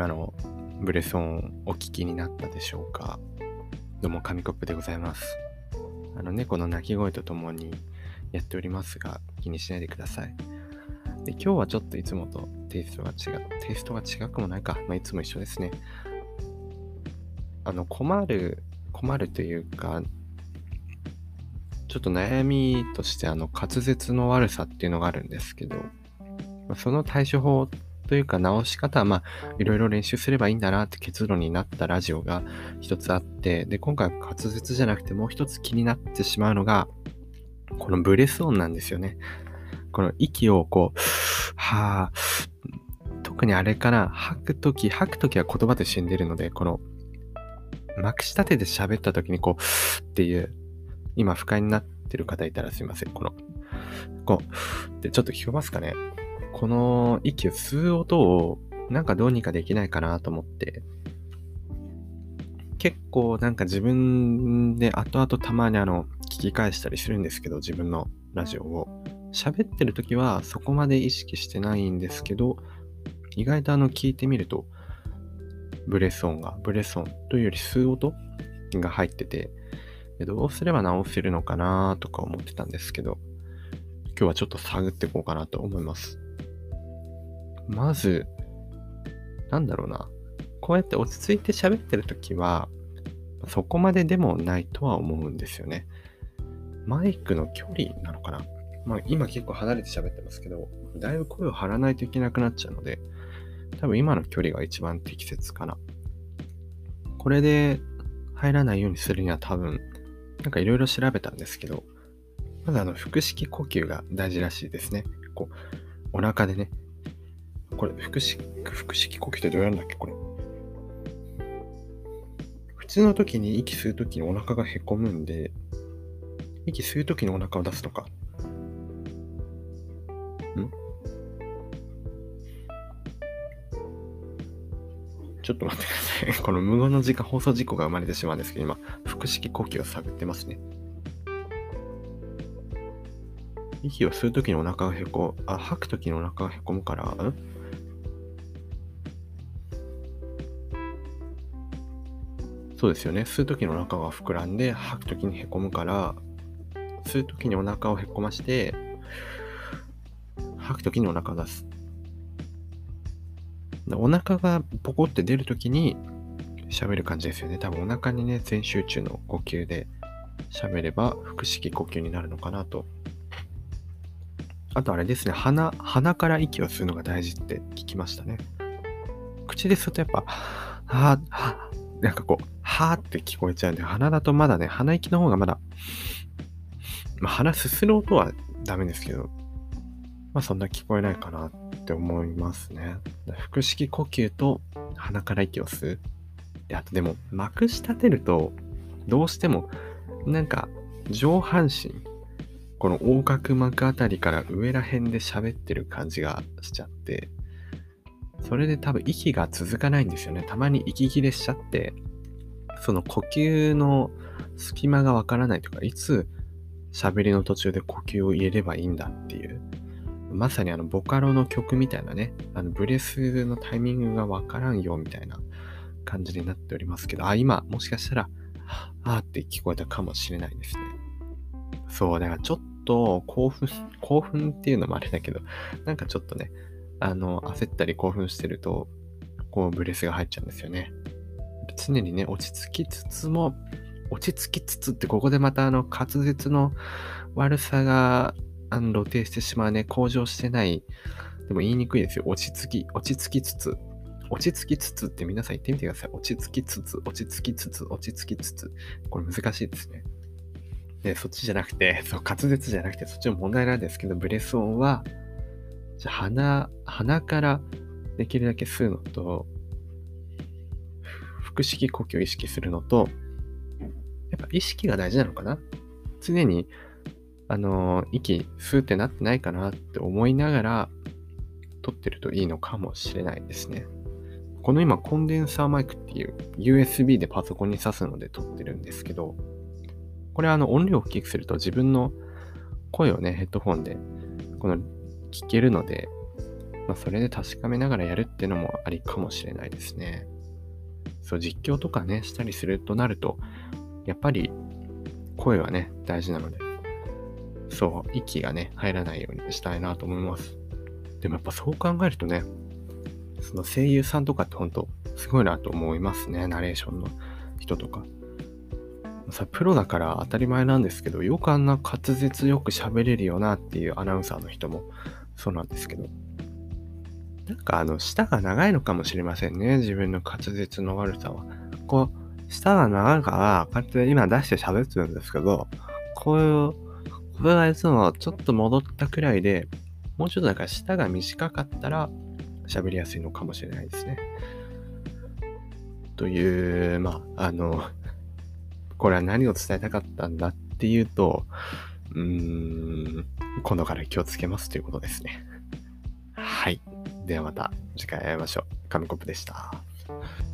今のブレス音お聞きになったでしょうか。どうも紙コップでございます。猫の鳴き声とともにやっておりますが、気にしないでください。で、今日はちょっといつもとテイストが違くもないか。いつも一緒ですね。困るというか、ちょっと悩みとして滑舌の悪さっていうのがあるんですけど、その対処法というか直し方はいろいろ練習すればいいんだなって結論になったラジオが一つあって、で、今回は滑舌じゃなくてもう一つ気になってしまうのが、このブレス音なんですよね。この息を特にあれかな、吐くときは言葉で死んでるので、この、まくし立てて喋ったときにっていう、今不快になってる方いたらすいません。でちょっと聞こえますかね？この息を吸う音をどうにかできないかなと思って、結構自分で後々たまに聞き返したりするんですけど、自分のラジオを喋ってるときはそこまで意識してないんですけど、意外と聞いてみるとブレス音というより吸う音が入ってて、どうすれば直せるのかなとか思ってたんですけど、今日はちょっと探っていこうかなと思います。まず、こうやって落ち着いて喋ってるときは、そこまででもないとは思うんですよね。マイクの距離なのかな？今結構離れて喋ってますけど、だいぶ声を張らないといけなくなっちゃうので、多分今の距離が一番適切かな。これで入らないようにするには多分、いろいろ調べたんですけど、まず腹式呼吸が大事らしいですね。お腹でね、これ腹式呼吸ってどうやるんだっけこれ。普通の時に息吸う時にお腹がへこむんで、息吸う時にお腹を出すとか。ちょっと待ってください。この無言の時間放送事故が生まれてしまうんですけど、今、腹式呼吸を探ってますね。息を吸うときにお腹が吐くときにお腹がへこむから、そうですよね。吸うときにお腹が膨らんで、吐くときにへこむから、吸うときにお腹をへこまして、吐くときにお腹を出す。お腹がポコって出るときに喋る感じですよね。多分お腹にね、全集中の呼吸で喋れば腹式呼吸になるのかなと。あとあれですね、鼻から息を吸うのが大事って聞きましたね。口で吸うとやっぱ、はーって聞こえちゃうんで、鼻だとまだね、鼻息の方がまだ、鼻すする音はダメですけど、そんな聞こえないかなって思いますね。腹式呼吸と鼻から息を吸う。で、あとでも、まくし立てると、どうしても、上半身、この横隔膜あたりから上ら辺で喋ってる感じがしちゃって、それで多分息が続かないんですよね。たまに息切れしちゃって、その呼吸の隙間がわからないとか、いつ喋りの途中で呼吸を入れればいいんだっていう、まさにボカロの曲みたいなね、ブレスのタイミングがわからんよみたいな感じになっておりますけど、今もしかしたらって聞こえたかもしれないですね。そうだからちょっと興奮っていうのもあれだけど、ちょっとね、焦ったり興奮してるとブレスが入っちゃうんですよね。常にね、落ち着きつつって、ここでまた滑舌の悪さが露呈してしまうね、向上してない。でも言いにくいですよ。落ち着きつつって皆さん言ってみてください。落ち着きつつ。これ難しいですね。で、そっちじゃなくて、滑舌じゃなくて、そっちの問題なんですけど、ブレス音は、鼻からできるだけ吸うのと、腹式呼吸を意識するのと、やっぱ意識が大事なのかな？常に、息吸うってなってないかなって思いながら、撮ってるといいのかもしれないですね。この今、コンデンサーマイクっていう USB でパソコンに挿すので撮ってるんですけど、これ音量を大きくすると自分の声をね、ヘッドホンで聞けるので、 それで確かめながらやるっていうのもありかもしれないですね。そう、実況とかね、したりするとなると、やっぱり声はね、大事なので、そう、息がね、入らないようにしたいなと思います。でもやっぱそう考えるとね、その声優さんとかってほんとすごいなと思いますね。ナレーションの人とか。プロだから当たり前なんですけど、よくあんな滑舌よく喋れるよなっていうアナウンサーの人もそうなんですけど、舌が長いのかもしれませんね。自分の滑舌の悪さは。舌が長いから、こうやって今出して喋ってるんですけど、これがいつもちょっと戻ったくらいで、もうちょっと舌が短かったら喋りやすいのかもしれないですね。という、これは何を伝えたかったんだっていうと、今度から気をつけますということですね。はい。ではまた次回会いましょう。紙コップでした。